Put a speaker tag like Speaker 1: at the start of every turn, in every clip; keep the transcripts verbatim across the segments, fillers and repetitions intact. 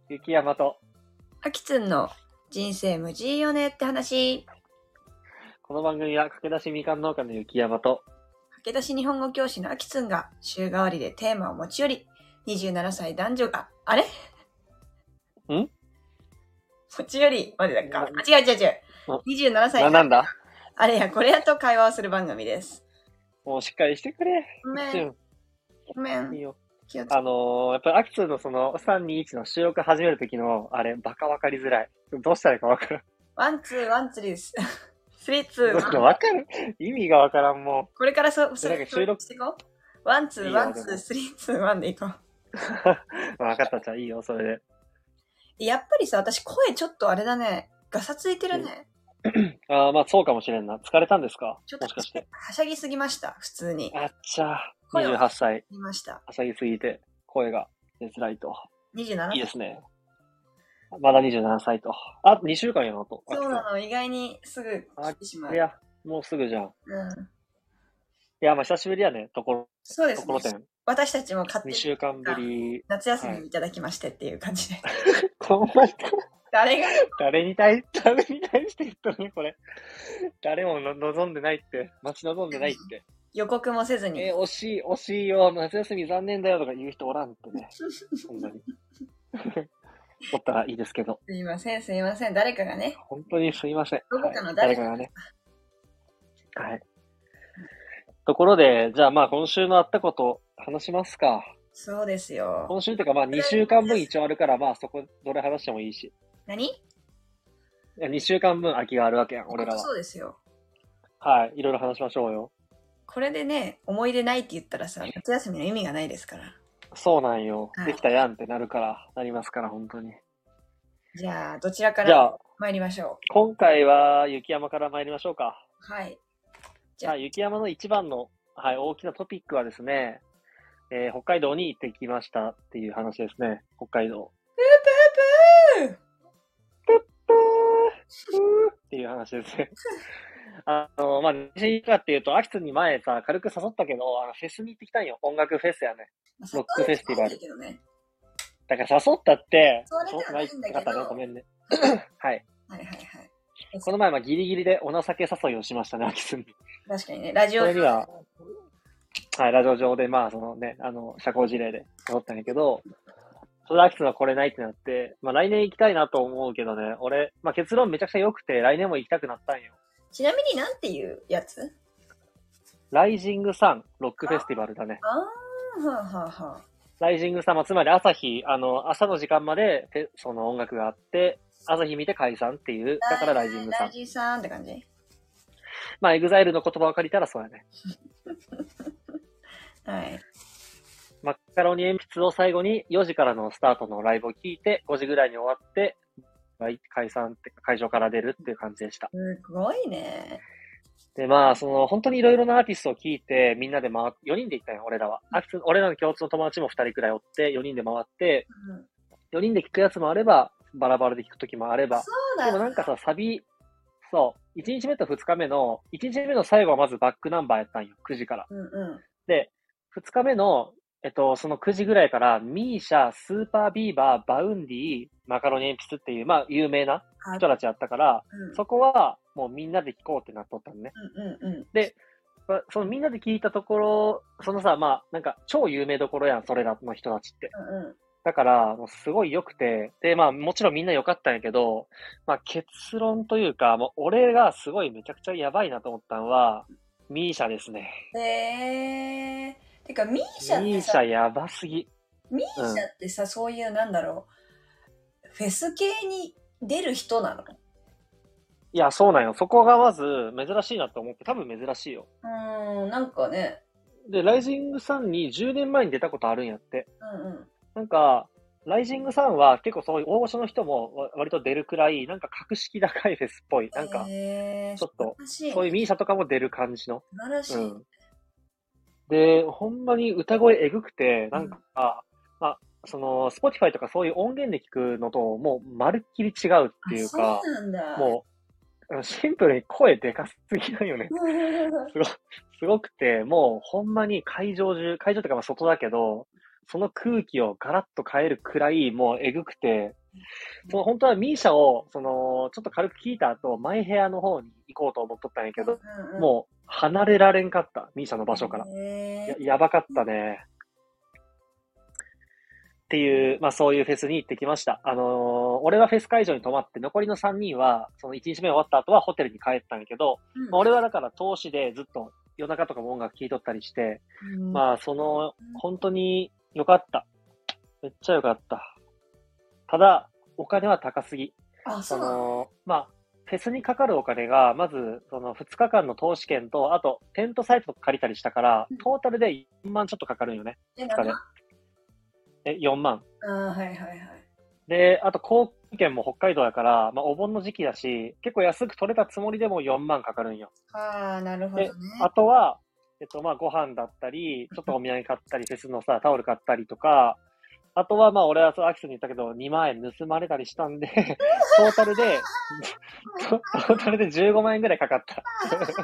Speaker 1: 雪山と
Speaker 2: あきつんの人生無事よねって話。
Speaker 1: この番組は駆け出しみかん農家の雪山と
Speaker 2: 駆け出し日本語教師のあきつんが週替わりでテーマを持ち寄り、にじゅうななさい男女が、あれ
Speaker 1: ん
Speaker 2: 持ち寄りまでだっか。
Speaker 1: な
Speaker 2: あ、違う違う違う。にじゅうななさい
Speaker 1: ななんだ
Speaker 2: あれやこれやと会話をする番組です。
Speaker 1: もうしっかりしてくれ。
Speaker 2: ごめん。ごめん。
Speaker 1: いいよ。
Speaker 2: 気をつけ
Speaker 1: あのー、やっぱりアキツのそのさんにいちの収録始める時のあれバカわかりづらい。どうしたらいいかわからん。
Speaker 2: ワンツーワンツーです。スリーツー
Speaker 1: どうしたわかる意味がわからんも
Speaker 2: これからそ、そ
Speaker 1: なんか収録
Speaker 2: していこう。ワンツー
Speaker 1: いいよ
Speaker 2: ワンツースリーツーワンでいこう。
Speaker 1: う。わかったじゃあいいよ、それで。
Speaker 2: やっぱりさ、私声ちょっとあれだね。ガサついてるね。
Speaker 1: ああ、まあそうかもしれんな。疲れたんですか
Speaker 2: ちょっと
Speaker 1: もしかして。
Speaker 2: はしゃぎすぎました、普通に。
Speaker 1: あっちゃー。
Speaker 2: 声を
Speaker 1: にじゅうはっさい。
Speaker 2: 言いました。
Speaker 1: はしゃぎすぎて声が出づらいと。
Speaker 2: にじゅうななさい。
Speaker 1: いいですね。まだにじゅうななさいと。あ、にしゅうかんやなと。
Speaker 2: そうなの、意外にすぐ来てしまう。
Speaker 1: いや、もうすぐじゃん。
Speaker 2: うん。
Speaker 1: いや、まあ久しぶりやね、ところ、
Speaker 2: そうですね。
Speaker 1: ところてん。
Speaker 2: 私たちも勝手
Speaker 1: に
Speaker 2: に
Speaker 1: しゅうかんぶり。
Speaker 2: 夏休みをいただきましてっていう感じで。
Speaker 1: こんな人、
Speaker 2: 誰が
Speaker 1: 誰に対、誰に対して言ったのこれ。誰もの望んでないって。待ち望んでないって。
Speaker 2: 予告もせずに。
Speaker 1: えー惜しい、惜しいよ。夏休み残念だよとか言う人おらんってね。そんなに。おったらいいですけど。
Speaker 2: すいません、すいません。誰かがね。
Speaker 1: 本当にすいません。
Speaker 2: どこかの
Speaker 1: はい、
Speaker 2: 誰か
Speaker 1: 誰かがね。はい。ところで、じゃあまあ今週のあったこと話しますか。
Speaker 2: そうですよ。
Speaker 1: 今週というかまあにしゅうかんぶん一応あるからまあそこどれ話してもいいし。
Speaker 2: 何？
Speaker 1: いやにしゅうかんぶん空きがあるわけやん、俺らは。
Speaker 2: そうですよ。
Speaker 1: はい。いろいろ話しましょうよ。
Speaker 2: これでね、思い出ないって言ったらさ、夏休みの意味がないですから。
Speaker 1: そうなんよ。
Speaker 2: はい
Speaker 1: できたやんってなるから、なりますから、本当に。
Speaker 2: じゃあ、どちらか
Speaker 1: じゃ
Speaker 2: ら
Speaker 1: あ、
Speaker 2: 参りましょ
Speaker 1: 今回は雪山から参りましょうか。
Speaker 2: う。はい。じ
Speaker 1: じ
Speaker 2: ゃあ
Speaker 1: ゃあ雪山の一番の、はい、大きなトピックはですね、えー北海道に行ってきましたっていう話ですね。北海道。
Speaker 2: プープープー
Speaker 1: プップープーっていう話ですね。あの、まあ、何しに行くかっていうと、アキツに前さ、軽く誘ったけど、あの、フェスに行ってきたんよ。音楽フェスやね。ロックフェスティバル。
Speaker 2: けどね。
Speaker 1: だから誘ったって、
Speaker 2: それでは
Speaker 1: そうくないって方ね、ごめんね。はい。
Speaker 2: はいはいはい。
Speaker 1: この前、まあ、ギリギリでお情け誘いをしましたね、アキツに。
Speaker 2: 確かにね、ラジオ
Speaker 1: それには、はい、ラジオ上で、まあ、そのね、あの、社交辞令で思ったんやけど、それアキツはこれないってなって、まあ、来年行きたいなと思うけどね、俺、まあ、結論めちゃくちゃ良くて、来年も行きたくなったんよ。
Speaker 2: ちなみになんていうやつ？
Speaker 1: ライジングサンロックフェスティバルだね。
Speaker 2: あー、はあはあはあ。
Speaker 1: ライジングサン、まあ、つまり朝日、あの、朝の時間まで、その音楽があって、朝日見て解散っていう、だからライジングサン。
Speaker 2: ライジンさんって感じ？
Speaker 1: まあ、エグザイルの言葉を借りたらそうやね。
Speaker 2: はい。
Speaker 1: マカロニ鉛筆を最後によじからのスタートのライブを聞いて、ごじぐらいに終わって、解散って会場から出るっていう感じでした。
Speaker 2: すごいね。
Speaker 1: で、まあ、その、本当にいろいろなアーティストを聞いて、みんなで回って、よにんで行ったよ、俺らは。あ俺らの共通の友達もふたりくらいおって、よにんで回って、
Speaker 2: うん、
Speaker 1: よにんで聞くやつもあれば、バラバラで聞くときもあれば。
Speaker 2: そうだ。
Speaker 1: でもなんかさ、サビ、そう、いちにちめとふつかめの、いちにちめの最後はまずバックナンバーやったんよ、くじから。
Speaker 2: うんうん。
Speaker 1: で、ふつかめの、えっと、そのくじぐらいから、ミーシャ、スーパービーバー、バウンディ、マカロニ鉛筆っていう、まあ、有名な人たちやったから、
Speaker 2: うん、
Speaker 1: そこは、もうみんなで聞こうってなっとったのね。
Speaker 2: うんうんうん。
Speaker 1: で、そのみんなで聞いたところ、そのさ、まあ、なんか、超有名どころやん、それらの人たちって。
Speaker 2: うんうん、
Speaker 1: だから、もうすごい良くて、で、まあ、もちろんみんな良かったんやけど、まあ、結論というか、もう俺がすごいめちゃくちゃやばいなと思ったのは、ミーシャですね。
Speaker 2: へえー。てか、ミーシャってさ、
Speaker 1: ミーシャやばすぎ。
Speaker 2: ミーシャってさ、うん、そういう、なんだろう、フェス系に出る人なの？
Speaker 1: いや、そうなんよ。そこがまず珍しいなと思って、多分珍しいよ。
Speaker 2: うーん、なんかね。
Speaker 1: で、ライジングサンにじゅうねんまえに出たことあるんやって。
Speaker 2: うんうん。
Speaker 1: なんか、ライジングサンは結構そういう大御所の人も割と出るくらい、なんか格式高いフェスっぽい。なんか、ちょっと、そういうミーシャとかも出る感じの。
Speaker 2: 素晴らしい。うん。
Speaker 1: で、ほんまに歌声えぐくて、なんか、うん、まあ、その、スポティファイとかそういう音源で聞くのと、もう、まるっきり違うっていうか、
Speaker 2: そうなんだ。
Speaker 1: もう、シンプルに声でかすぎなんよね。すごすごくて、もう、ほんまに会場中、会場とかまあ外だけど、 その空気をガラッと変えるくらい、もうえぐくて、その本当はミーシャを、その、ちょっと軽く聞いた後、マイ部屋の方に行こうと思っとったんやけど、
Speaker 2: うんうん、
Speaker 1: もう離れられんかった、ミーシャの場所から。や、
Speaker 2: へー
Speaker 1: やばかったね。っていう、まあそういうフェスに行ってきました。あのー俺はフェス会場に泊まって、残りのさんにんは、そのいちにちめ終わった後はホテルに帰ったんやけど、
Speaker 2: うん
Speaker 1: まあ俺はだから投資でずっと夜中とかも音楽聴いとったりして、
Speaker 2: うん
Speaker 1: まあその、本当に良かった。めっちゃ良かった。ただ、お金は高すぎ。
Speaker 2: あ、そ
Speaker 1: そう
Speaker 2: なの。
Speaker 1: の、まあ、フェスにかかるお金が、まず、そのふつかかんの投資券と、あと、テントサイトとか借りたりしたから
Speaker 2: うん、
Speaker 1: トータルでよんまんちょっとかかるんよね。
Speaker 2: え、
Speaker 1: ふつかで
Speaker 2: なん。
Speaker 1: え、よんまん。
Speaker 2: あー、はいはいはい。
Speaker 1: で、あと航空券も北海道やから、まあお盆の時期だし、結構安く取れたつもりでもよんまんかかるんよ。
Speaker 2: ああ、なるほ
Speaker 1: で
Speaker 2: どね。、
Speaker 1: あとは、えっとまあご飯だったり、ちょっとお土産買ったり、フェスのさ、タオル買ったりとか、あとはまあ俺はそうアキスに言ったけど、にまん円盗まれたりしたんで、トータルで、トトータルでじゅうごまん円ぐらいかかった。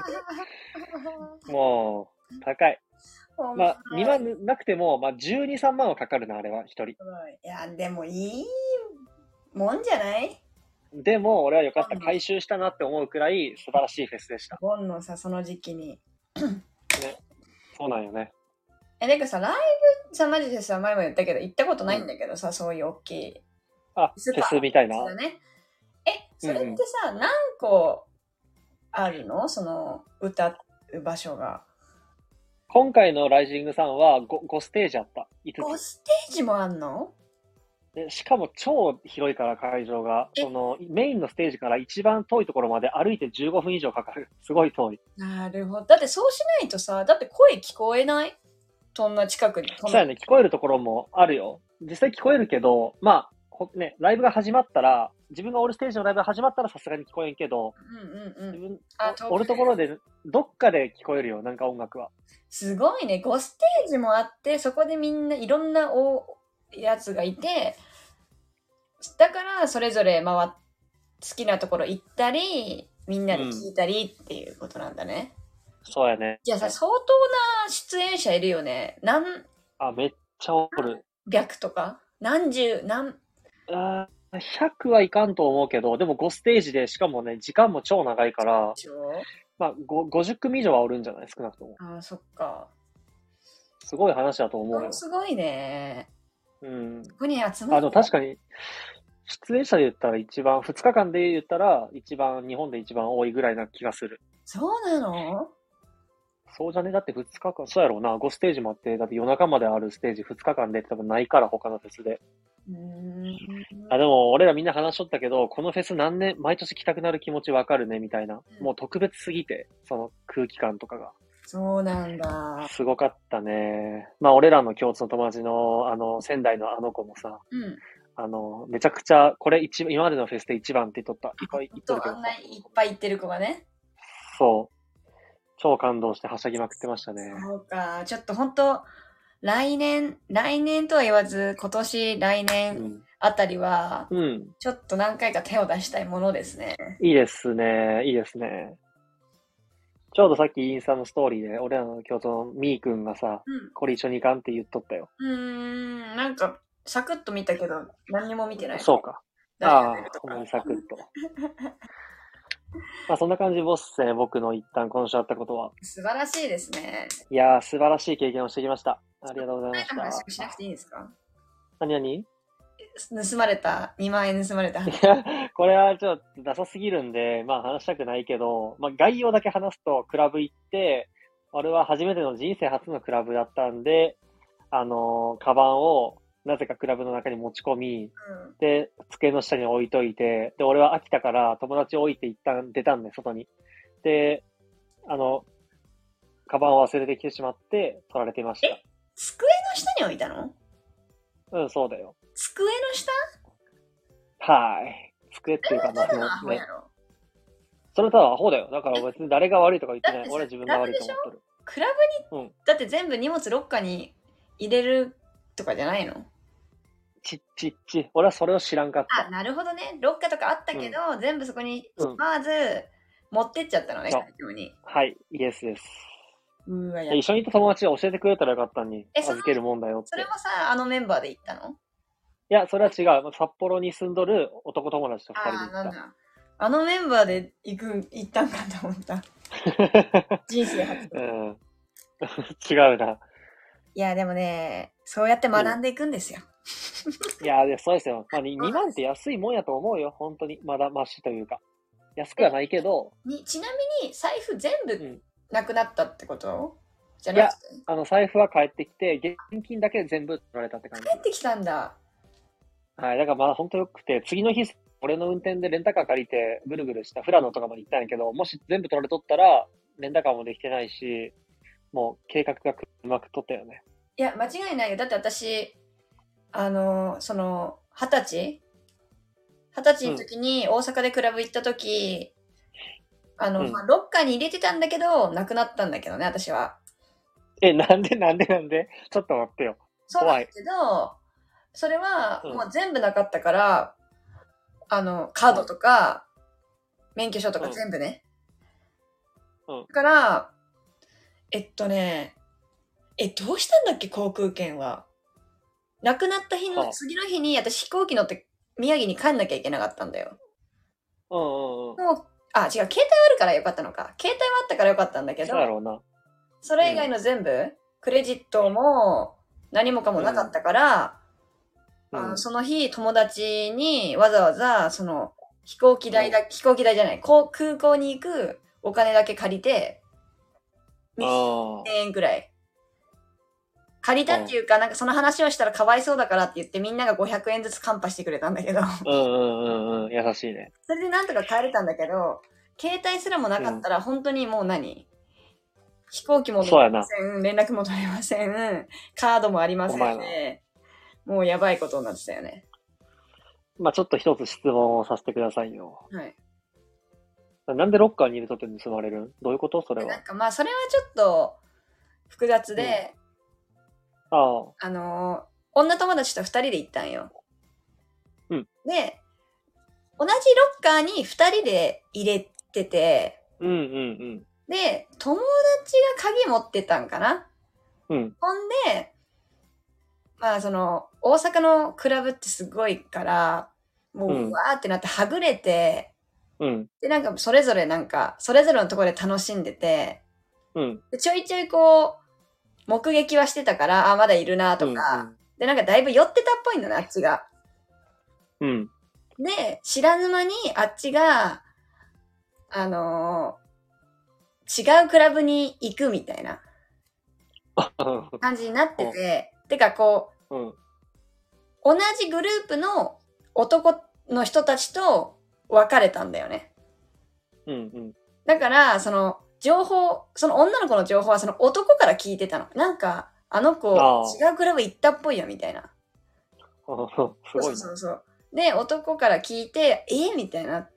Speaker 1: もう、高い。
Speaker 2: ほん
Speaker 1: まあ、にまんなくても、まあ、じゅうに、さんまんはかかるな、あれは、一人。
Speaker 2: いや、でもいいもんじゃない？
Speaker 1: でも、俺はよかった。回収したなって思うくらい素晴らしいフェスでした。
Speaker 2: ボンのさ、その時期に。
Speaker 1: ね。そうなんよね。
Speaker 2: え、なんかさ、ライブさ、マジでさ、前も言ったけど、行ったことないんだけどさ、そういう大きい。
Speaker 1: あ、フェスみたいな。
Speaker 2: だね。え、それってさ、何個あるの？その、歌う場所が。
Speaker 1: 今回のライジングさんは 5, ごステージあった。いつつ。
Speaker 2: ごステージもあんの？
Speaker 1: でしかも超広いから会場が。
Speaker 2: え
Speaker 1: その、メインのステージから一番遠いところまで歩いてじゅうごふん以上かかる。すごい遠い。
Speaker 2: なるほど。だってそうしないとさ、だって声聞こえない？そんな近くに。
Speaker 1: そうやね、聞こえるところもあるよ。実際聞こえるけど、まあ、ほね、ライブが始まったら、自分がオールステージのライブが始まったらさすがに聞こえんけど、
Speaker 2: うんうんうん。
Speaker 1: 自分、
Speaker 2: あ、遠くで
Speaker 1: おるところで、どっかで聞こえるよ、なんか音楽は。
Speaker 2: すごいね。ごステージもあって、そこでみんないろんなおやつがいて、だからそれぞれ回っ好きなところ行ったり、みんなで聞いたりっていうことなんだね。
Speaker 1: そうやね。
Speaker 2: じゃあさ、相当な出演者いるよね。何
Speaker 1: あ、めっちゃおる。
Speaker 2: 百とか何十、何、
Speaker 1: あーひゃくはいかんと思うけど、でもごステージで、しかもね、時間も超長いから、
Speaker 2: でしょ？
Speaker 1: まあ、ごごじゅっ組以上はおるんじゃない少なくとも。
Speaker 2: ああ、そっか。
Speaker 1: すごい話だと思うよ。
Speaker 2: すごいね。
Speaker 1: うん。
Speaker 2: ここに集ま
Speaker 1: あの、確かに、出演者で言ったら一番、ふつかかんで言ったら、一番、日本で一番多いぐらいな気がする。
Speaker 2: そうなの？
Speaker 1: そうじゃねだってふつかかん、そうやろうな、ごステージもあって、だって夜中まであるステージふつかかんでって多分ないから、他のフェスで。
Speaker 2: うーん。
Speaker 1: あ、でも、俺らみんな話しとったけど、このフェス何年、毎年来たくなる気持ちわかるね、みたいな。もう特別すぎて、その空気感とかが。
Speaker 2: そうなんだ。
Speaker 1: すごかったね。まあ、俺らの共通の友達の、あの、仙台のあの子もさ、
Speaker 2: うん。
Speaker 1: あの、めちゃくちゃ、これ一今までのフェスで一番って言っとった。いっぱい言っとるけどさ
Speaker 2: あんないっぱい行ってる子がね。
Speaker 1: そう。超感動してはしゃぎまくってましたね。
Speaker 2: そうか。ちょっと本当来年、来年とは言わず、今年、来
Speaker 1: う
Speaker 2: 年
Speaker 1: ん。
Speaker 2: あたりは、
Speaker 1: うん。
Speaker 2: ちょっと何回か手を出したいものですね。
Speaker 1: いいですね。いいですね。ちょうどさっきインスタのストーリーで、俺らの共通のミー君がさ、
Speaker 2: うん。
Speaker 1: これ一緒に行かんって言っとったよ。
Speaker 2: うーん、なんか、サクッと見たけど、何にも見てない。
Speaker 1: そうか。ああ、ほんまにサクッと。まあそんな感じボスね、僕の一旦今週あったことは。
Speaker 2: 素晴らしいですね。
Speaker 1: いやー、素晴らしい経験をしてきました。ありがとうございまし
Speaker 2: 何の話
Speaker 1: た。
Speaker 2: をしなくていいんですか？
Speaker 1: 何何
Speaker 2: 盗まれた、にまん円盗まれた
Speaker 1: いや、これはちょっとダサすぎるんで、まあ話したくないけど、まあ概要だけ話すと、クラブ行って、俺は初めての人生初のクラブだったんで、あのーカバンをなぜかクラブの中に持ち込み、
Speaker 2: うん。
Speaker 1: で、机の下に置いといて、で、俺は飽きたから友達置いて一旦出たんで、外に。で、あの、カバンを忘れてきてしまって取られていまし
Speaker 2: え机の下に置いたの？
Speaker 1: た。うん、そうだよ。
Speaker 2: 机の下？
Speaker 1: はい。机っていうか、まあ、そ
Speaker 2: ア
Speaker 1: のね
Speaker 2: ホや、ろ。
Speaker 1: それただアホだよ。だから別に誰が悪いとか言ってない。
Speaker 2: だってさ
Speaker 1: 俺は自分が悪いと思ってる。
Speaker 2: クラブに、
Speaker 1: うん
Speaker 2: だって全部荷物ロッカーに入れるとかじゃないの？
Speaker 1: ちっちっち。俺はそれを知らんかっ
Speaker 2: あ、
Speaker 1: た。
Speaker 2: なるほどね。ロッカーとかあったけど、全部そこに
Speaker 1: うん
Speaker 2: まず持ってっちゃったのね、
Speaker 1: そう
Speaker 2: 会場に。
Speaker 1: はい、イエスです。
Speaker 2: うわ、や
Speaker 1: 一緒にいた友達が教えてくれたらよかったのに、
Speaker 2: えその
Speaker 1: 預けるもんだよって。
Speaker 2: それもさ、あのメンバーで行ったの？
Speaker 1: いや、それは違う。札幌に住んどる男友達と二人で
Speaker 2: ああ、
Speaker 1: 行った。
Speaker 2: なんだ。あのメンバーで行く、行ったんかと思った。人生初。
Speaker 1: うん。違うな。
Speaker 2: いや、でもね、そうやって学んでいくんですよ。
Speaker 1: いや、でそうですよ。まあ、ににまんって安いもんやと思うよ。本当に。まだマシというか。安くはないけど。
Speaker 2: にちなみに、財布全部
Speaker 1: うん。
Speaker 2: なくなったってことじゃ
Speaker 1: いや
Speaker 2: なくて、
Speaker 1: あの、財布は帰ってきて、現金だけ全部取られたって感じ。
Speaker 2: 帰ってきたんだ。
Speaker 1: はい。だからまだ本当よくて、次の日、俺の運転でレンタカー借りて、ぐるぐるした富良野とかまで行ったんやけど、もし全部取られとったら、レンタカーもできてないし、もう計画がうまくとったよね。
Speaker 2: いや、間違いないよ。だって私、あの、その、二十歳二十歳の時に大阪でクラブ行った時、あの、
Speaker 1: うん
Speaker 2: まあ、ロッカーに入れてたんだけど、なくなったんだけどね、私は。
Speaker 1: え、なんでなんでなんでちょっと待ってよ。
Speaker 2: そうなんだけど、それは
Speaker 1: うん
Speaker 2: もう全部なかったから、あの、カードとか、免許証とか全部ね。
Speaker 1: うん
Speaker 2: だから、えっとね、え、どうしたんだっけ、航空券は。亡くなった日の
Speaker 1: はあ
Speaker 2: 次の日に、私飛行機乗って宮城に帰んなきゃいけなかったんだよ。
Speaker 1: うんうんうん。
Speaker 2: もう、あ、違う、携帯あるからよかったのか。携帯はあったからよかったんだけど
Speaker 1: そう、やろうな。
Speaker 2: それ以外の全部、クレジットも何もかもなかったから、
Speaker 1: うん
Speaker 2: あのその日友達にわざわざ、その、飛行機代だ、飛行機代じゃない、こう空港に行くお金だけ借りて、
Speaker 1: ああ。
Speaker 2: せんえんくらい。借りたっていうか、なんかその話をしたらかわいそうだからって言ってみんながごひゃくえんずつカンパしてくれたんだけど、
Speaker 1: うんうんうんうん。優しいね。
Speaker 2: それでなんとか帰れたんだけど、携帯すらもなかったら本当にもう何、飛行機も乗れません、連絡も取れません、カードもありませんね。もうやばいことになってたよね。
Speaker 1: まあちょっと一つ質問をさせてくださいよ。
Speaker 2: はい。
Speaker 1: なんでロッカーに入れとって盗まれるんどういうことそれは。
Speaker 2: なんかまあそれはちょっと複雑で、
Speaker 1: ああ。
Speaker 2: あのー女友達と二人で行ったんよ。
Speaker 1: うん。
Speaker 2: で、同じロッカーに二人で入れてて、
Speaker 1: うんうん
Speaker 2: で、友達が鍵持ってたんかな。
Speaker 1: うん。うん。
Speaker 2: ほんで、まあその、大阪のクラブってすごいから、もう、
Speaker 1: うん
Speaker 2: うわーってなってはぐれて、
Speaker 1: うん。
Speaker 2: で、なんかそれぞれなんか、それぞれのところで楽しんでて、
Speaker 1: うん。
Speaker 2: でちょいちょいこう、目撃はしてたから、あ、まだいるなとか、で、なんかだいぶ寄ってたっぽいんだね、あっちが。
Speaker 1: うん。
Speaker 2: で、知らぬ間にあっちが、あのー違うクラブに行くみたいな
Speaker 1: うん。
Speaker 2: 感じになってて、てかこう、
Speaker 1: うん。
Speaker 2: 同じグループの男の人たちと別れたんだよね。
Speaker 1: うんうん。
Speaker 2: だから、その、情報、その女の子の情報はその男から聞いてたの。なんか、あの子、
Speaker 1: あ
Speaker 2: 違うクラブ行ったっぽいよ、みたいな。
Speaker 1: すごい
Speaker 2: そう
Speaker 1: な。
Speaker 2: そうそう。で、男から聞いて、えみたいになって、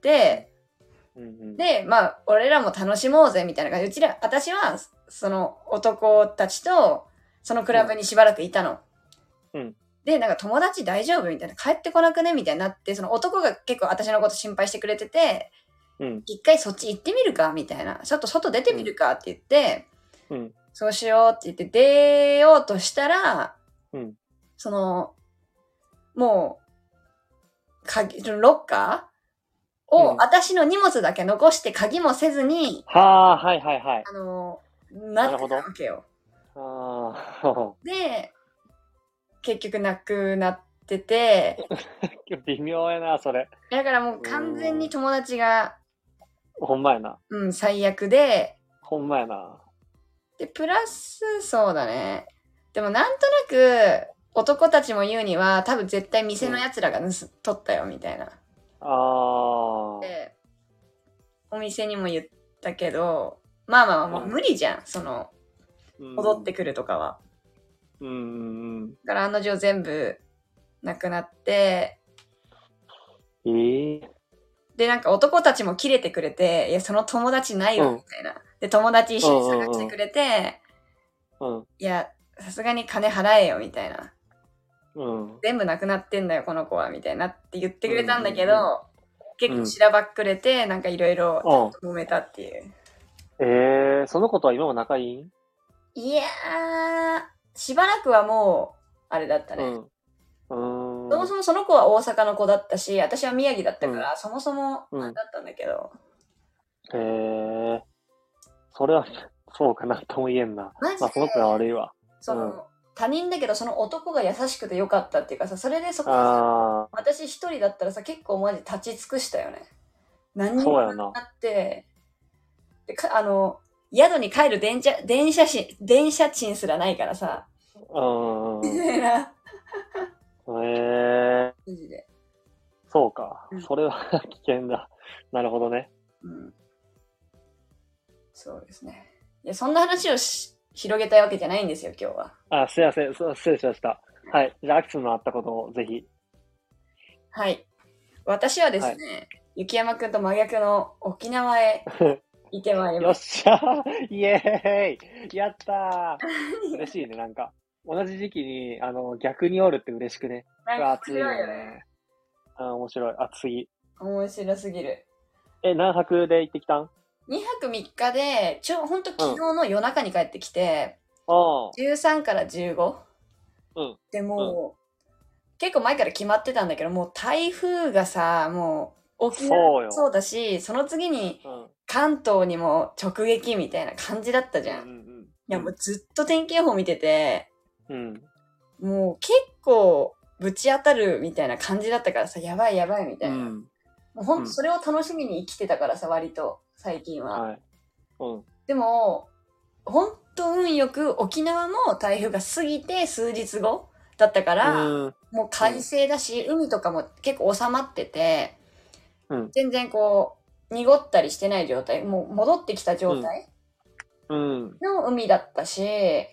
Speaker 1: うんうん、
Speaker 2: で、まあ、俺らも楽しもうぜ、みたいな感じで、うちら、私は、その男たちと、そのクラブにしばらくいたの。
Speaker 1: うん。
Speaker 2: で、なんか友達大丈夫みたいな、帰ってこなくねみたいになって、その男が結構私のこと心配してくれてて、
Speaker 1: うん。
Speaker 2: 一回そっち行ってみるかみたいな。ちょっと外出てみるかって言って、
Speaker 1: うん。
Speaker 2: そうしようって言って出ようとしたら、
Speaker 1: うん。
Speaker 2: その、もう、鍵、ロッカーを、
Speaker 1: うん
Speaker 2: 私の荷物だけ残して鍵もせずに、
Speaker 1: はあ、はいはいはい。
Speaker 2: あの、なってたわけよ。
Speaker 1: ああ、
Speaker 2: で、結局なくなってて、
Speaker 1: 微妙やな、それ。
Speaker 2: だからもう完全に友達が、
Speaker 1: ほんまやな。
Speaker 2: うん、最悪で、
Speaker 1: ほんまやな。
Speaker 2: で、プラス、そうだね。でもなんとなく、男たちも言うには、多分絶対店の奴らが盗、取ったよ、みたいな。
Speaker 1: ああ。
Speaker 2: で、お店にも言ったけど、まあまあまあ、無理じゃん、その、戻ってくるとかは。
Speaker 1: うんうんうん。
Speaker 2: だから案の定全部なくなって、
Speaker 1: ええー、
Speaker 2: で、なんか男たちも切れてくれて、いや、その友達ないわ、
Speaker 1: うん
Speaker 2: みたいな。で、友達一緒に探してくれて、
Speaker 1: うん。
Speaker 2: いや、さすがに金払えよ、みたいな。
Speaker 1: うん。
Speaker 2: 全部なくなってんだよ、この子は、みたいなって言ってくれたんだけど、
Speaker 1: うんうんうん、
Speaker 2: 結構しらばっくれて、なんかいろいろ揉めたっていう。
Speaker 1: ええー、その子とは今も仲いいん？
Speaker 2: いやー、しばらくはもう、あれだったね。
Speaker 1: うん。うーん。
Speaker 2: そもそもその子は大阪の子だったし、私は宮城だったから、
Speaker 1: うん
Speaker 2: そもそも
Speaker 1: うん
Speaker 2: あれだったんだけど。
Speaker 1: へえ。それは、そうかなとも言えんな。
Speaker 2: マジで
Speaker 1: まあ、その子が悪いわ。
Speaker 2: その、
Speaker 1: うん
Speaker 2: 他人だけどその男が優しくてよかったっていうかさ、それでそこでさ
Speaker 1: あ
Speaker 2: 私一人だったらさ、結構マジ立ち尽くしたよね。何
Speaker 1: あ、
Speaker 2: に
Speaker 1: そうやな。
Speaker 2: もなって、でかあの、宿に帰る電車、電車し、電車賃すらないからさ。
Speaker 1: うん。
Speaker 2: み
Speaker 1: へ
Speaker 2: たいな。
Speaker 1: え。
Speaker 2: マジで。
Speaker 1: そうか
Speaker 2: うん。
Speaker 1: それは危険だ。なるほどね。
Speaker 2: うん。そうですね。いや、そんな話をし広げたいわけじゃないんですよ、今日は。
Speaker 1: あ、すいません。そう失礼しました。はい。じゃあ、アキスのあったことをぜひ。
Speaker 2: はい。私はです
Speaker 1: はい。
Speaker 2: ね、雪山くんと真逆の沖縄へ行ってまいり
Speaker 1: よっ
Speaker 2: まし
Speaker 1: しゃーイエーイやった
Speaker 2: た。
Speaker 1: ー嬉しいね、なんか。同じ時期に、あの、逆におるって嬉しくね。
Speaker 2: なんか面
Speaker 1: うわ暑いよ
Speaker 2: 白いよね。
Speaker 1: ね。あ、面白い。暑い。
Speaker 2: 面白すぎる。
Speaker 1: え、何泊で行ってきたん
Speaker 2: にはくみっかで、ちょ、ほんと昨日の夜中に帰ってきて、
Speaker 1: ああ。
Speaker 2: じゅうさんからじゅうご。
Speaker 1: うん。
Speaker 2: でもう、結構前から決まってたんだけど、もう台風がさ、もう沖縄
Speaker 1: そうよ。
Speaker 2: もそうだし、その次に
Speaker 1: うん。
Speaker 2: 関東にも直撃みたいな感じだったじゃん。い
Speaker 1: うんうん
Speaker 2: や、もうずっと天気予報見てて、
Speaker 1: うん。
Speaker 2: もう結構ぶち当たるみたいな感じだったからさ、やばいやばいみたいな。
Speaker 1: うん。
Speaker 2: もうほん
Speaker 1: うん
Speaker 2: とそれを楽しみに生きてたからさ、割と、最近は。
Speaker 1: はい。うん。
Speaker 2: でも、ほんと運よく沖縄も台風が過ぎて数日後だったから、
Speaker 1: うん。
Speaker 2: もう快晴だし、海とかも結構収まってて、
Speaker 1: うん。
Speaker 2: 全然こう、濁ったりしてない状態、もう戻ってきた状態
Speaker 1: うん。
Speaker 2: の海だったし、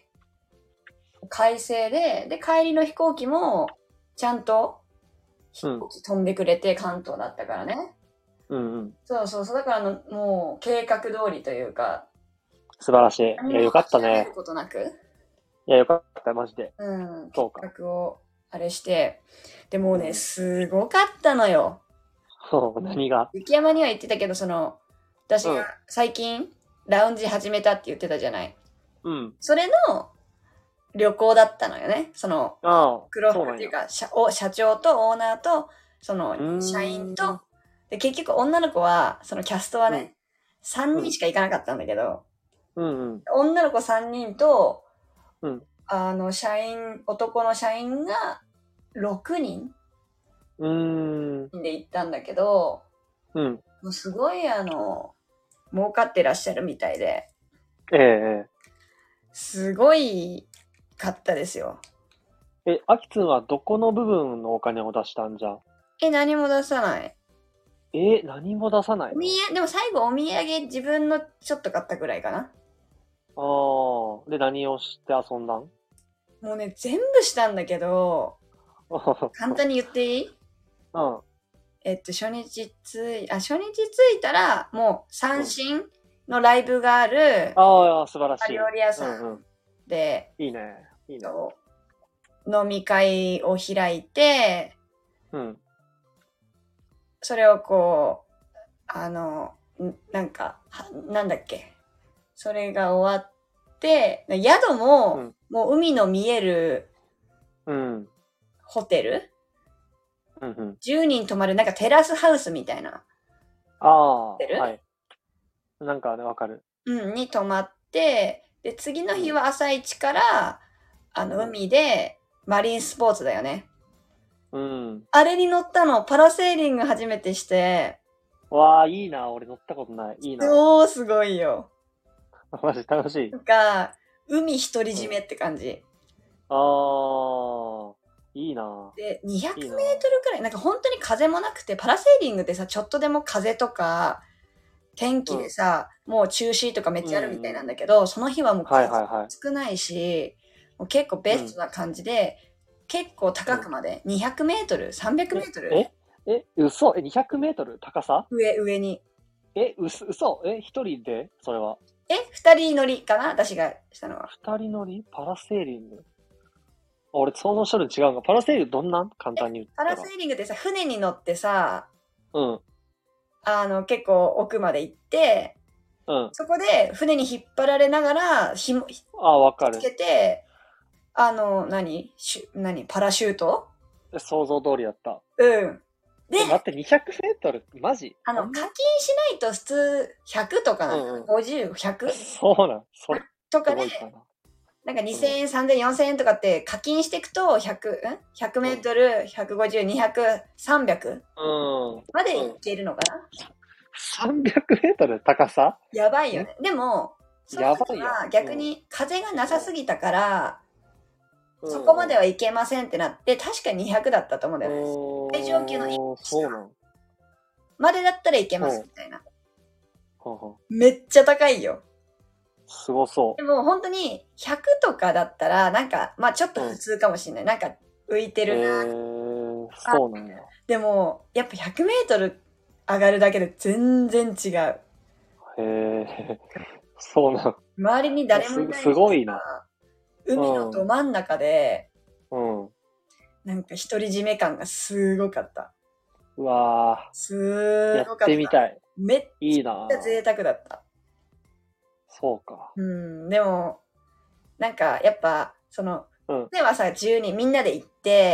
Speaker 2: 快晴で、で、帰りの飛行機も、ちゃんと飛行機飛んでくれて関東だったからね。
Speaker 1: うん。うん。
Speaker 2: そうそうそう、だからあの、もう計画通りというか、
Speaker 1: 素晴らしい。いや、よかったね
Speaker 2: 諦める。ことなく、
Speaker 1: いや、よかった、マジで。
Speaker 2: うん、
Speaker 1: そうか。
Speaker 2: 計画をあれして、でもうね、
Speaker 1: うん
Speaker 2: すごかったのよ。
Speaker 1: そう、何が
Speaker 2: 雪山には行ってたけど、その、私
Speaker 1: うん
Speaker 2: が最近、ラウンジ始めたって言ってたじゃない。
Speaker 1: うん。
Speaker 2: それの旅行だったのよね。その、
Speaker 1: ああ、
Speaker 2: 黒
Speaker 1: そうなんや。
Speaker 2: 服っていうか、社お社長とオーナーと、その
Speaker 1: ー、ん
Speaker 2: 社員と、で、結局女の子は、そのキャストはね、
Speaker 1: うん
Speaker 2: さんにんしか行かなかったんだけど、
Speaker 1: うんうん。
Speaker 2: 女の子さんにんと、
Speaker 1: うん
Speaker 2: あの、社員、男の社員がろくにん
Speaker 1: うーん。
Speaker 2: で行ったんだけど、
Speaker 1: うん。
Speaker 2: もうすごいあの、儲かってらっしゃるみたいで、
Speaker 1: ええ
Speaker 2: すごいかったですよ。
Speaker 1: ええ。え、アキツンはどこの部分のお金を出したんじゃ
Speaker 2: え、何も出さない。
Speaker 1: え、何も出さないの
Speaker 2: お土産、でも最後お土産自分のちょっと買ったぐらいかな。
Speaker 1: ああ。で、何をして遊んだん
Speaker 2: もうね、全部したんだけど、簡単に言っていい
Speaker 1: うん。
Speaker 2: えっと、初日つい、あ、初日着いたら、もう三振のライブがある、
Speaker 1: ああ、素晴らしい。
Speaker 2: 料理屋さ
Speaker 1: うんうんん。
Speaker 2: で、
Speaker 1: いいね。いいね。
Speaker 2: 飲み会を開いて、
Speaker 1: うん。
Speaker 2: それをこう、あの、んなんか、はなんだっけ。それが終わって、宿も、
Speaker 1: うん
Speaker 2: もう海の見える
Speaker 1: うん。
Speaker 2: ホテル
Speaker 1: うんうん。
Speaker 2: じゅうにん泊まるなんかテラスハウスみたいな、
Speaker 1: ああ、
Speaker 2: てる
Speaker 1: はい。なんかね、わかる。
Speaker 2: うん、に泊まって、で、次の日は朝一から、あの、海で、マリンスポーツだよね。
Speaker 1: うん。
Speaker 2: あれに乗ったの、パラセーリング初めてして、
Speaker 1: わあ、いいな。俺乗ったことない。いいな。
Speaker 2: 超すごいよ。
Speaker 1: マジ楽しい
Speaker 2: な。んか、海独り占めって感じ。
Speaker 1: ああ、いいな。
Speaker 2: で、にひゃくメート
Speaker 1: いいな。
Speaker 2: ルくらい、なんか本当に風もなくて、パラセーリングってさ、ちょっとでも風とか、天気でさ、もう中止とかめっちゃあるみたいなんだけど、その日はもう
Speaker 1: はいはいはい。
Speaker 2: 少ないし、もう結構ベストな感じで、結構高くまで、にひゃくメートル、さんびゃくメートル
Speaker 1: ええ、嘘え、にひゃくメートル高さ
Speaker 2: 上、上に。
Speaker 1: え、うす、嘘え、一人でそれは。
Speaker 2: え、二人乗りかな私がしたのは。
Speaker 1: 二人乗りパラセーリングあ俺想像したの違うが。パラセーリングどんなん簡単に言ったら。
Speaker 2: パラセーリングってさ、船に乗ってさ、
Speaker 1: うん。
Speaker 2: あの、結構奥まで行って、
Speaker 1: うん。
Speaker 2: そこで船に引っ張られながら、紐
Speaker 1: あ、わかる
Speaker 2: つ。けて、あの、何シュ何パラシュート
Speaker 1: 想像通りだった。
Speaker 2: うん。で
Speaker 1: え、、待って、にひゃくメートルマジ
Speaker 2: あの、
Speaker 1: そんな
Speaker 2: 課金しないと普通ひゃくとかなの、
Speaker 1: うんうん
Speaker 2: ごじゅう、ひゃく
Speaker 1: そうなん。それ、
Speaker 2: とかで
Speaker 1: すごい、かな。
Speaker 2: なんかにせんえん、さんぜんえん、よんせんえんとかって課金していくとひゃく、ん ?ひゃく メートル、ひゃくごじゅう、にひゃく、さんびゃく
Speaker 1: うん。
Speaker 2: までいけるのかな、
Speaker 1: さんびゃくメートル高さ
Speaker 2: やばいよね。でも、その時
Speaker 1: やばいやん
Speaker 2: は逆に風がなさすぎたから、
Speaker 1: うん
Speaker 2: そこまではいけませんってなって、確かにひゃくだったと思うんだよね。最上級のいち
Speaker 1: おーそうなん。
Speaker 2: までだったらいけますみたいな。
Speaker 1: はは
Speaker 2: めっちゃ高いよ。
Speaker 1: すごそ
Speaker 2: でも本当にひゃくとかだったら、なんか、まあちょっと普通かもしれない。なんか浮いて
Speaker 1: う。へえ
Speaker 2: るな。
Speaker 1: ー、そうなんや。
Speaker 2: でも、やっぱひゃくメートル上がるだけで全然違う。
Speaker 1: へえ、そうなん。
Speaker 2: 周りに誰もいない。
Speaker 1: すすごいな。
Speaker 2: 海のど真ん中で、
Speaker 1: うん。
Speaker 2: なんか独り占め感がすごかった。
Speaker 1: うわ
Speaker 2: す
Speaker 1: ー、や
Speaker 2: ーごかった。
Speaker 1: ってみたい。
Speaker 2: めっ
Speaker 1: いいな
Speaker 2: ちゃ贅沢だった。
Speaker 1: そうか。
Speaker 2: うん、でも、なんかやっぱ、その、
Speaker 1: うん。
Speaker 2: 船はさ、じゅうにんみんなで行って、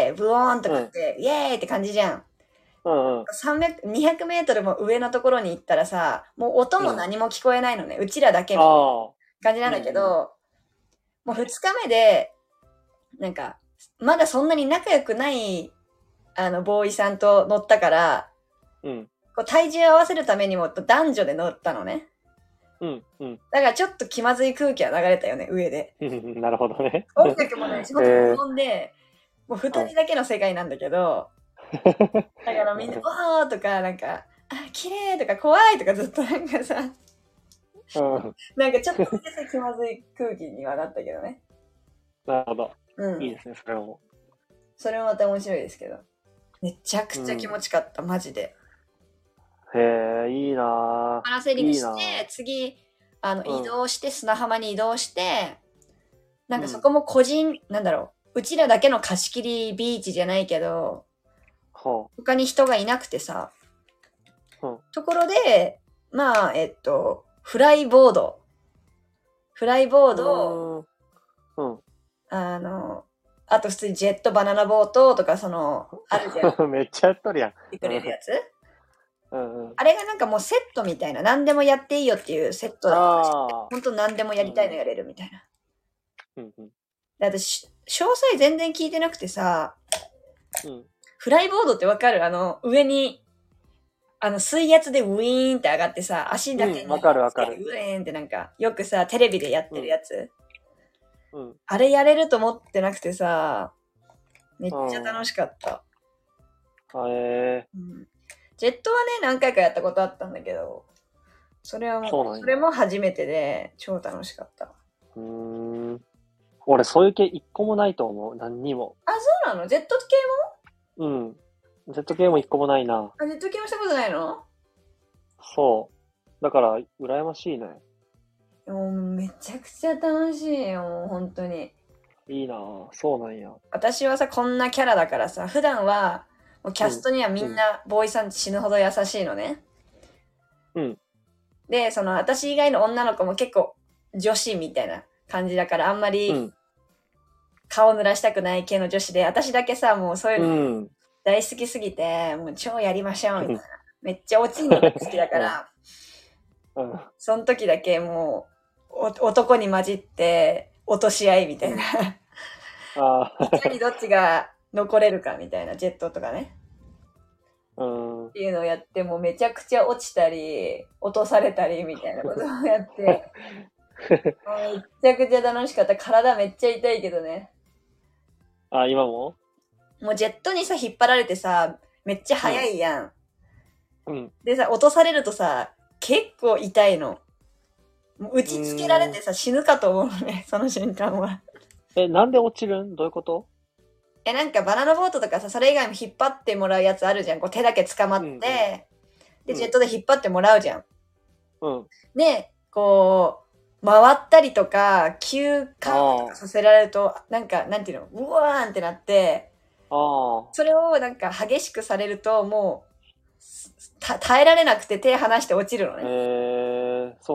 Speaker 2: ブオーンとかって、イエーイって感じじゃん。
Speaker 1: うんうん。
Speaker 2: さんびゃく、にひゃくメートルも上のところに行ったらさ、もう音も何も聞こえないのね。うちらだけの
Speaker 1: あ
Speaker 2: 感じなんだけど、もうふつかめで、なんか、まだそんなに仲良くない、あの、ボーイさんと乗ったから、
Speaker 1: あ、うん。
Speaker 2: こう体重合わせるためにも男女で乗ったのね。
Speaker 1: うん。うん。
Speaker 2: だからちょっと気まずい空気は流れたよね、上で。
Speaker 1: うんなるほどね。
Speaker 2: 音楽もね、仕事も飛んで、もう二人だけの世界なんだけど、だからみんな、わーとか、なんか、あ、綺麗とか怖いとかずっとなんかさ、
Speaker 1: うん。
Speaker 2: なんかちょっとだけさ気まずい空気にはなったけどね。
Speaker 1: なるほど。
Speaker 2: うん。
Speaker 1: いいですね、それも。
Speaker 2: それもまた面白いですけど。めちゃくちゃ気持ちかった、マジで。
Speaker 1: へえ、いいな
Speaker 2: パラセーリングし
Speaker 1: いいな
Speaker 2: て、次、あの、
Speaker 1: うん
Speaker 2: 移動して、砂浜に移動して、なんかそこも個人、なんだろう、うちらだけの貸し切りビーチじゃないけど、
Speaker 1: ほ
Speaker 2: 他に人がいなくてさ、
Speaker 1: うん
Speaker 2: ところで、まあ、えっと、フライボード。フライボー
Speaker 1: う。
Speaker 2: ド、
Speaker 1: うん。
Speaker 2: あの、あと普通にジェットバナナボートとか、その、あるじゃん。
Speaker 1: うん。めっちゃやっとるやん。
Speaker 2: てくれるやつ
Speaker 1: うんうん。
Speaker 2: あれがなんかもうセットみたいな、何でもやっていいよっていうセットだったらしくて、
Speaker 1: ああ。
Speaker 2: ほんと何でもやりたいのやれるみたいな。
Speaker 1: うんうん。
Speaker 2: で私、詳細全然聞いてなくてさ、
Speaker 1: うん。
Speaker 2: フライボードってわかる？あの、上に、あの、水圧でウィーンって上がってさ、足だけに、
Speaker 1: うんわかるわかる
Speaker 2: ウィーンってなんか、よくさ、テレビでやってるやつ。
Speaker 1: うん。
Speaker 2: あれやれると思ってなくてさ、めっちゃ楽しかった。
Speaker 1: あえ
Speaker 2: うん、ジェットはね、何回かやったことあったんだけど、それはもう、
Speaker 1: そうなんや
Speaker 2: それも初めてで、超楽しかった。
Speaker 1: ー。うーん。俺、そういう系一個もないと思う。何にも。
Speaker 2: あ、そうなの？ジェット系
Speaker 1: うん。Z 系も一個もないな。
Speaker 2: もあ、ジェット系もしたことないの？
Speaker 1: そう。だから、羨ましいね。
Speaker 2: もうめちゃくちゃ楽しいよ、もう本当に。
Speaker 1: いいなぁ。そうなんや。
Speaker 2: 私はさ、こんなキャラだからさ、普段は、もうキャストにはみんな、ボーイさん死ぬほど優しいのね。
Speaker 1: うん。
Speaker 2: で、その、私以外の女の子も結構、女子みたいな感じだから、あんま
Speaker 1: う
Speaker 2: り
Speaker 1: ん。
Speaker 2: 顔濡らしたくない系の女子で、私だけさ、もうそういう
Speaker 1: う
Speaker 2: の
Speaker 1: ん。
Speaker 2: 大好きすぎて、もう超やりましょう、みたいな。めっちゃ落ちるのが好きだから、
Speaker 1: うん。
Speaker 2: その時だけもう、お男に混じって、落とし合いみたいな。
Speaker 1: あ
Speaker 2: いかにどっちが残れるかみたいな、ジェットとかね。
Speaker 1: あ。うん。
Speaker 2: っていうのをやって、もうめちゃくちゃ落ちたり、落とされたりみたいなことをやって、もうめっちゃくちゃ楽しかった。体めっちゃ痛いけどね。
Speaker 1: あ、今も
Speaker 2: もうジェットにさ、引っ張られてさ、めっちゃ速いやん。
Speaker 1: うん。
Speaker 2: でさ、落とされるとさ、結構痛いの。もう打ちつけられてさ、死ぬかと思うのね、その瞬間は。
Speaker 1: え、なんで落ちるんどういうこと
Speaker 2: え、なんかバナナボートとかさ、それ以外も引っ張ってもらうやつあるじゃん。こう手だけ捕まって、
Speaker 1: うんうん
Speaker 2: で、
Speaker 1: うん
Speaker 2: ジェットで引っ張ってもらうじゃん。
Speaker 1: うん。
Speaker 2: で、こう、回ったりとか、急カーブとかさせられると、なんか、なんていうの、うわーんってなって、
Speaker 1: ああ。
Speaker 2: それをなんか激しくされると、もう、た耐えられなくて手離して落ちるの
Speaker 1: え
Speaker 2: ね。
Speaker 1: ー、そうなん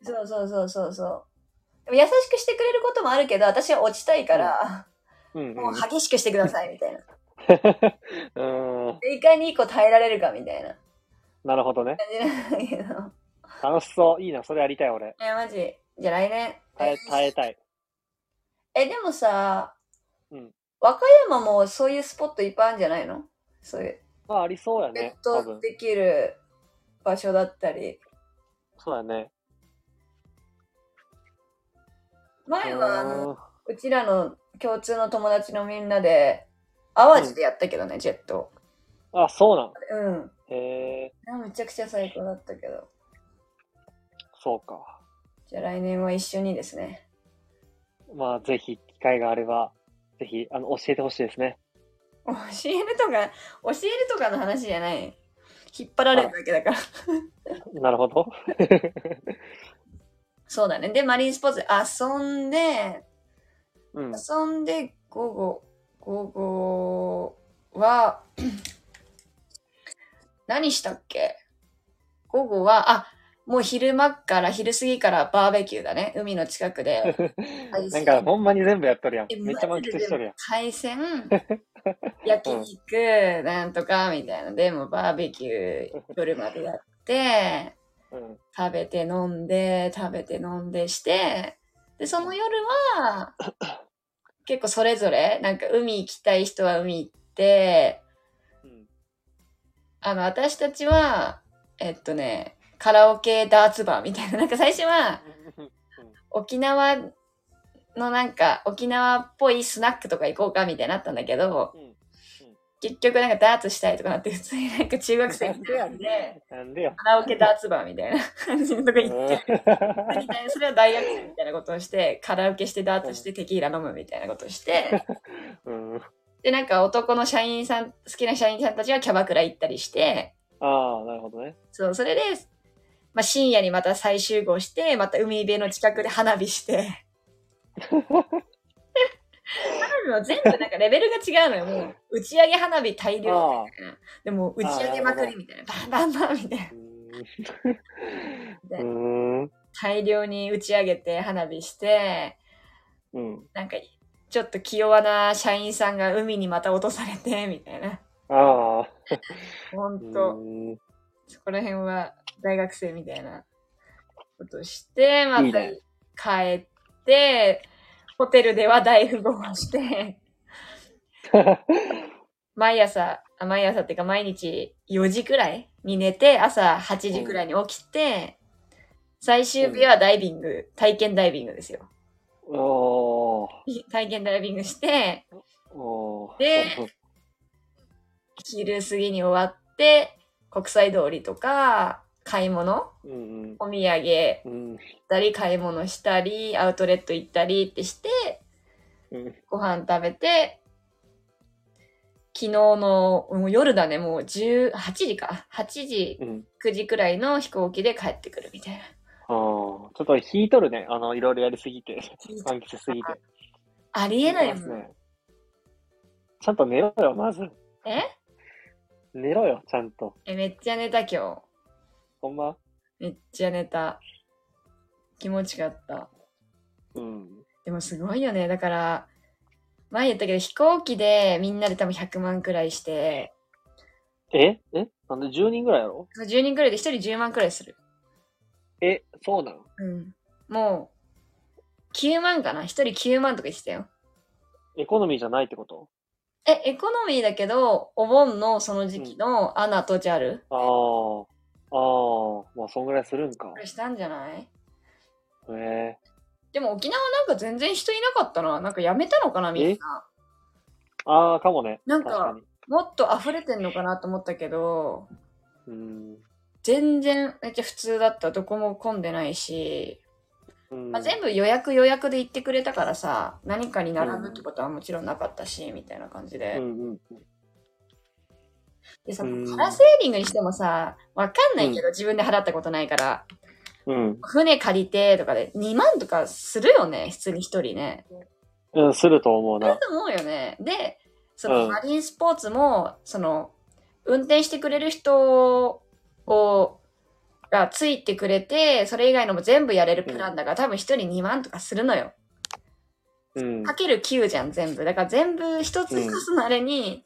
Speaker 2: そうそうそうそうそう。でも優しくしてくれることもあるけど、私は落ちたいから、
Speaker 1: うんうん。
Speaker 2: もう激しくしてくださいみたいな。
Speaker 1: うーん。
Speaker 2: でいかにこう耐えられるかみたいな
Speaker 1: なるほどね。
Speaker 2: 感じなんだけど。
Speaker 1: 楽しそう。いいな。それやりたい、俺。
Speaker 2: え、マジ。じゃあ来年。
Speaker 1: 耐え、耐えたい。
Speaker 2: え、でもさ、
Speaker 1: うん。
Speaker 2: 和歌山もそういうスポットいっぱいあるんじゃないの？そういう、
Speaker 1: まあ、ありそうや
Speaker 2: ペ
Speaker 1: ね。
Speaker 2: ット
Speaker 1: 多分。
Speaker 2: できる場所だったり。
Speaker 1: そうやね。う
Speaker 2: 前はあの、
Speaker 1: ーん。
Speaker 2: うちらの共通の友達のみんなで、淡路でやったけどね、ジェット。
Speaker 1: あ、そうなん。
Speaker 2: うん。
Speaker 1: へえ、
Speaker 2: めちゃくちゃ最高だったけど。
Speaker 1: そうか。
Speaker 2: じゃあ来年は一緒にですね。
Speaker 1: まあ、ぜひ、機会があれば、ぜひ、あの、教えてほしいですね。
Speaker 2: 教えるとか、教えるとかの話じゃない。引っ張られるだけだから。
Speaker 1: なるほど。
Speaker 2: そうだね。で、マリンスポーツで遊んで、
Speaker 1: うん。
Speaker 2: 遊んで、午後、午後は、何したっけ？午後は、あ、もう昼間から、昼過ぎからバーベキューだね。海の近くで。海
Speaker 1: なんか、
Speaker 2: 鮮。
Speaker 1: ほんまに全部やっとるやん。
Speaker 2: え、マ
Speaker 1: めっちゃ満
Speaker 2: ジで全部
Speaker 1: 喫しとるやん。
Speaker 2: 海鮮、焼
Speaker 1: うん。
Speaker 2: 肉、なんとか、みたいな。でもバーベキュー夜までやって、
Speaker 1: うん。
Speaker 2: 食べて飲んで、食べて飲んでして、で、その夜は、結構それぞれ、なんか海行きたい人は海行って、
Speaker 1: うん。
Speaker 2: あの、私たちは、えっとね、カラオケダーツバーみたいな、なんか最初は、沖縄のなんか、沖縄っぽいスナックとか行こうかみたいになったんだけど、
Speaker 1: うん。うん。
Speaker 2: 結局なんかダーツしたいとかなって、普通になんか中学生みたいなんで、
Speaker 1: なんでよ。
Speaker 2: カラオケダーツバーみたいな感じのとこ行って、みたいな、それは大学生みたいなことをして、カラオケしてダーツしてテキーラ飲むみたいなことをして、
Speaker 1: うん。
Speaker 2: で、なんか男の社員さん、好きな社員さんたちはキャバクラ行ったりして、
Speaker 1: ああ、なるほどね。
Speaker 2: そう、それで、まあ、深夜にまた再集合して、また海辺の近くで花火して、花火も全部なんかレベルが違うのよ。もう、打ち上げ花火大量みたいな。でも、打ち上げまくりみたいな。バンバンバンみたいな。
Speaker 1: うーん。
Speaker 2: 大量に打ち上げて花火して、
Speaker 1: うん。
Speaker 2: なんか、ちょっと気弱な社員さんが海にまた落とされて、みたいな。
Speaker 1: ああ。
Speaker 2: ほん
Speaker 1: う
Speaker 2: と、
Speaker 1: ーん。
Speaker 2: そこら辺は大学生みたいなことして、また
Speaker 1: いいね。
Speaker 2: 帰って、ホテルでは大富豪をして、毎朝、あ毎朝っていうか毎日よじくらいに寝て、朝はちじくらいに起きて、最終日はダイビング、体験ダイビングですよ。
Speaker 1: おー。
Speaker 2: 体験ダイビングして、
Speaker 1: おー。
Speaker 2: で、昼過ぎに終わって、国際通りとか、買い物、
Speaker 1: うんうん。
Speaker 2: お土産行
Speaker 1: うん。
Speaker 2: ったり、買い物したり、アウトレット行ったりってして、
Speaker 1: うん。
Speaker 2: ご飯食べて、昨日のもう夜だね、もうじゅうはちじか。はちじ、
Speaker 1: うん。
Speaker 2: くじくらいの飛行機で帰ってくるみたいな。
Speaker 1: ああ、ちょっと引いとるね。あの、いろいろやりすぎて。満喫しすぎて。
Speaker 2: ありえないもん。
Speaker 1: ね。ちゃんと寝ろよ、まず。
Speaker 2: え
Speaker 1: 寝ろよ、ちゃんと。
Speaker 2: え、めっちゃ寝た今日。
Speaker 1: ほんま？
Speaker 2: めっちゃ寝た。気持ちよかった。
Speaker 1: うん。
Speaker 2: でもすごいよね。だから、前言ったけど飛行機でみんなで多分ひゃくまんくらいして。
Speaker 1: ええなんでじゅうにんぐらいやろ？
Speaker 2: じゅうにんくらいでひとりじゅうまんくらいする。
Speaker 1: え、そうなの？
Speaker 2: うん。もう、きゅうまんかな？ ひとりきゅうまんとか言ってたよ。
Speaker 1: エコノミーじゃないってこと？
Speaker 2: え、エコノミーだけど、お盆のその時期のアナとジャル、
Speaker 1: ああ、ああ、まあ、そんぐらいするんか。
Speaker 2: これしたんじゃない？
Speaker 1: へえ。
Speaker 2: でも沖縄なんか全然人いなかったな。なんかやめたのかな、みん
Speaker 1: え
Speaker 2: な。
Speaker 1: ああ、かもね。
Speaker 2: なんか
Speaker 1: 確かに。
Speaker 2: もっと溢れてんのかなと思ったけど、
Speaker 1: うん。
Speaker 2: 全然めっちゃ普通だった。どこも混んでないし、
Speaker 1: うん。
Speaker 2: まあ、全部予約予約で行ってくれたからさ、何かに並ぶってことはもちろんなかったし、みたいな感じで。
Speaker 1: うんうん。
Speaker 2: でさ、
Speaker 1: うん
Speaker 2: パラセーリングにしてもさ、わかんないけど、自分で払ったことないから、
Speaker 1: うん。
Speaker 2: 船借りてとかでにまんとかするよね、普通に一人ね。
Speaker 1: うん、すると思うな。
Speaker 2: すると思うよね。で、そ
Speaker 1: うん
Speaker 2: のマリンスポーツも、その、運転してくれる人を、ががついてくれて、それ以外のも全部やれるプランだから、多分一人にまんとかするのよ。
Speaker 1: うん。
Speaker 2: かけるきゅうじゃん、全部。だから全部一つ一つのあれに、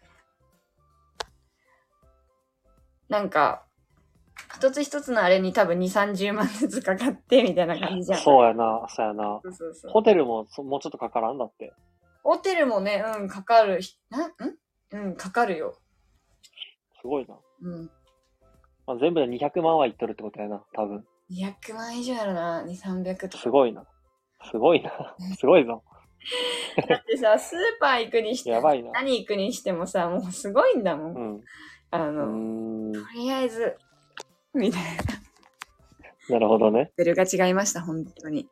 Speaker 2: うん、なんか、一つ一つのあれに多分に、さんじゅうまんずつかかって、みたいな感じじゃん。
Speaker 1: そうやな、そうやな。
Speaker 2: そうそうそう。
Speaker 1: ホテルももうちょっとかからんだって。
Speaker 2: ホテルもね、うん、かかる。な、んうん、かかるよ。
Speaker 1: すごいな。
Speaker 2: うん。
Speaker 1: まあ、全部でにひゃくまんはいっとるってことやな、多分。
Speaker 2: にひゃくまん以上やろな、に、さんびゃくとか。
Speaker 1: すごいな。すごいな。すごいぞ。
Speaker 2: だってさ、スーパー行くにしても、
Speaker 1: やばいな。
Speaker 2: 何行くにしてもさ、もうすごいんだもん。
Speaker 1: うん。
Speaker 2: あの、
Speaker 1: うーん。
Speaker 2: とりあえず、みたいな。
Speaker 1: なるほどね。
Speaker 2: レベルが違いました、本当に。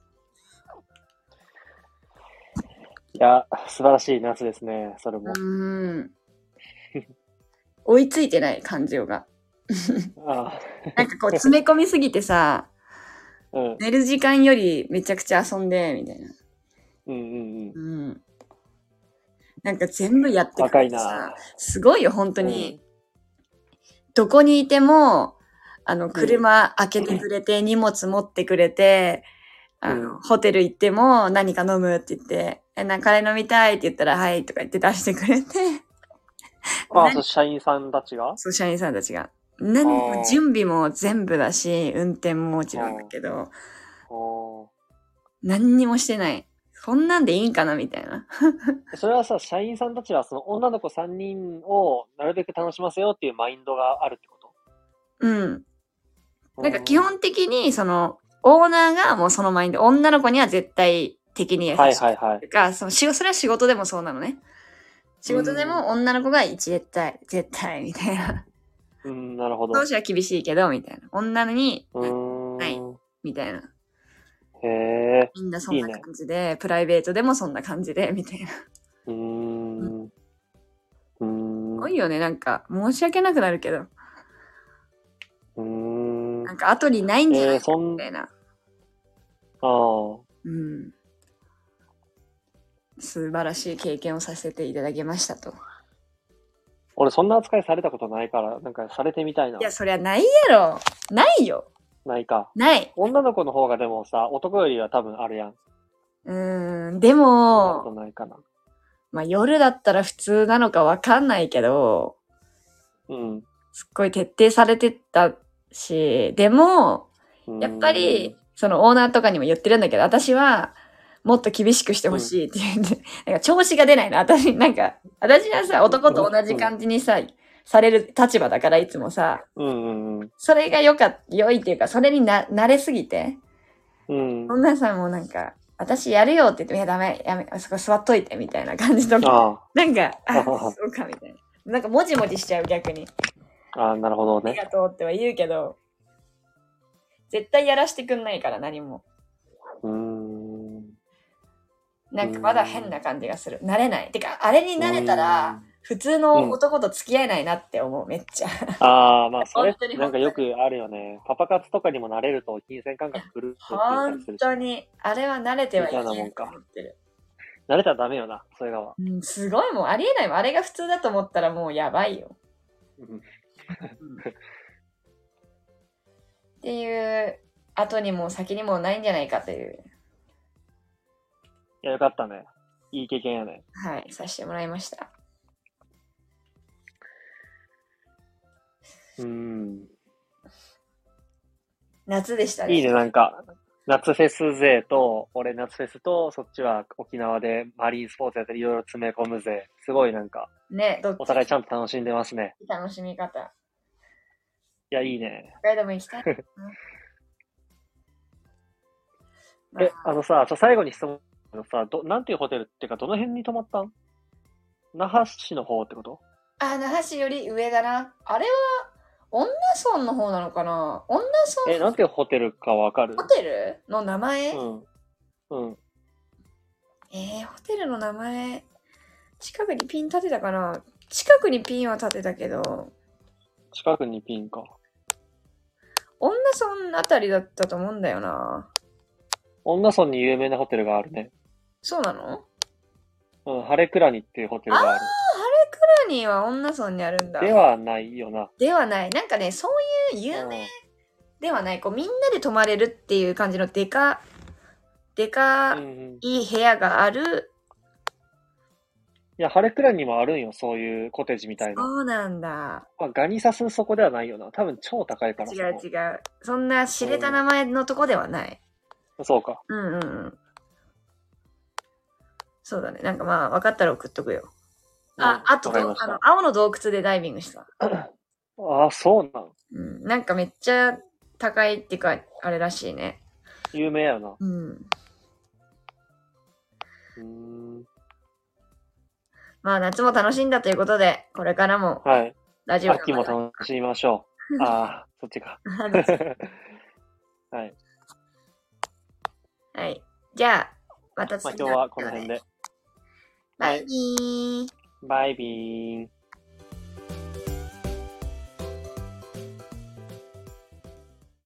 Speaker 1: いや、素晴らしい夏ですね、それも。
Speaker 2: うーん。追いついてない感情が。ああなんかこう詰め込みすぎてさ、うん、寝る時間よりめちゃくちゃ遊んで、みたいな。
Speaker 1: うんうんうん。
Speaker 2: うん。なんか全部やってくれてさ、すごいよ、本当に。うん、どこにいても、あの、車開けてくれて、うん、荷物持ってくれて、あの、うん、ホテル行っても何か飲むって言って、え、なんかカレー飲みたいって言ったら、はいとか言って出してくれて。
Speaker 1: ああ、そう、社員さんたちが
Speaker 2: そう、社員さんたちが。何も準備も全部だし、運転ももちろんだけど、何にもしてない。そんなんでいいんかなみたいな。
Speaker 1: それはさ、社員さんたちはその女の子さんにんをなるべく楽しませようっていうマインドがあるってこと？うん。
Speaker 2: なんか基本的に、その、オーナーがもうそのマインド、女の子には絶対的に優しい。はいはいはい。か、その、それは仕事でもそうなのね。仕事でも女の子が一絶対、絶対、みたいな。
Speaker 1: うん、なるほど。
Speaker 2: 当時は厳しいけど、みたいな。女のに、ない、みたいな。
Speaker 1: へえ。
Speaker 2: みんなそんな感じで、いいね、プライベートでもそんな感じで、みたいな。
Speaker 1: うーん。うーん。
Speaker 2: すごいよね、なんか、申し訳なくなるけど。
Speaker 1: うーん。
Speaker 2: なんか、後にないんじゃないか、みたいな。あ
Speaker 1: あ。
Speaker 2: うん。素晴らしい経験をさせていただきましたと。
Speaker 1: 俺そんな扱いされたことないから、なんかされてみたいな。
Speaker 2: いや、そりゃないやろ。ないよ。
Speaker 1: ないか。
Speaker 2: ない。
Speaker 1: 女の子の方がでもさ、男よりは多分あるやん。
Speaker 2: うーん、でも、
Speaker 1: そんなことないかな。
Speaker 2: まあ夜だったら普通なのかわかんないけど、
Speaker 1: うん。
Speaker 2: すっごい徹底されてたし、でも、やっぱり、そのオーナーとかにも言ってるんだけど、私は、もっと厳しくしてほしいって言って、うん、なんか調子が出ないな。私、なんか、私はさ、男と同じ感じにさ、うん、される立場だからいつもさ、
Speaker 1: うんうんうん、
Speaker 2: それがよか、良いっていうか、それにな、慣れすぎて、
Speaker 1: うん。
Speaker 2: 女さんもなんか、私やるよって言って、いやダメ、やめ、そこ座っといて、みたいな感じとか、なんか、あ、そうか、みたいな。なんか、もじもじしちゃう、逆に。
Speaker 1: ああ、なるほどね。
Speaker 2: ありがとうっては言うけど、絶対やらしてくんないから、何も。うーん。なんかまだ変な感じがする。慣れない。てか、あれに慣れたら、普通の男と付き合えないなって思う、めっちゃ。
Speaker 1: ああ、まあ、それ、なんかよくあるよね。パパ活とかにも慣れると、金銭感覚狂うって言ったりするし。
Speaker 2: 本当に、あれは慣れてはいけないと思ってる。
Speaker 1: 慣れたらダメよな、それがは。
Speaker 2: うん、すごいもう、ありえないもん。あれが普通だと思ったらもうやばいよ。っていう、後にも先にもないんじゃないかという。
Speaker 1: いや、よかったね。いい経験やね。
Speaker 2: はい、させてもらいました。
Speaker 1: うーん。
Speaker 2: 夏でしたね。
Speaker 1: いいね、なんか、夏フェス勢と、俺夏フェスと、そっちは沖縄でマリンスポーツやったりいろいろ詰め込むぜ。すごいなんか、
Speaker 2: ね、どっち
Speaker 1: お互いちゃんと楽しんでますね。
Speaker 2: 楽しみ方。
Speaker 1: いや、いいね。
Speaker 2: 北海道も行きたい。
Speaker 1: え、あのさ、最後に質問のさ、ど、なんていうホテルっていうか、どの辺に泊まったん？那覇市の方ってこと？
Speaker 2: あ、那覇市より上だな。あれは、恩納村の方なのかな？恩納村。
Speaker 1: え、なんていうホテルかわかる？
Speaker 2: ホテルの名前？
Speaker 1: うん。うん。
Speaker 2: えー、ホテルの名前、近くにピン立てたかな？近くにピンは立てたけど。
Speaker 1: 近くにピンか。
Speaker 2: 恩納村あたりだったと思うんだよな。
Speaker 1: 恩納村に有名なホテルがあるね。
Speaker 2: そうなの？
Speaker 1: うん、ハレクラニっていうホテルがある。あー、ハ
Speaker 2: レクラニは恩納村にあるんだ。
Speaker 1: ではないよな。
Speaker 2: ではない。なんかね、そういう有名ではない。こう、みんなで泊まれるっていう感じのでか、でか
Speaker 1: うんうん。
Speaker 2: いい部屋がある。
Speaker 1: いや、ハレクランにもあるんよ、そういうコテージみたいな。
Speaker 2: そうなんだ。
Speaker 1: まあ、ガニサスそこではないよな。多分超高いから、
Speaker 2: 違
Speaker 1: そうこ。
Speaker 2: 違う。そんな知れた名前のとこではない。
Speaker 1: そうか。
Speaker 2: うんうんうん。そうだね。なんかまあ、分かったら送っとくよ。あ、
Speaker 1: うん
Speaker 2: あとど、
Speaker 1: わかりました
Speaker 2: あの、青の洞窟でダイビングした。
Speaker 1: ああ、そうなん。
Speaker 2: うん。なんかめっちゃ高いっていうか、あれらしいね。
Speaker 1: 有名やな。
Speaker 2: うん。
Speaker 1: うーん。
Speaker 2: まあ、夏も楽しんだということで、これからも
Speaker 1: はい。
Speaker 2: ラジオ
Speaker 1: 秋も楽しみましょう。ああ、そっちか。はい。
Speaker 2: はい。じゃあ、また
Speaker 1: まあ
Speaker 2: 次
Speaker 1: 今日はこの辺で。
Speaker 2: バイビーン。
Speaker 1: バイビーン。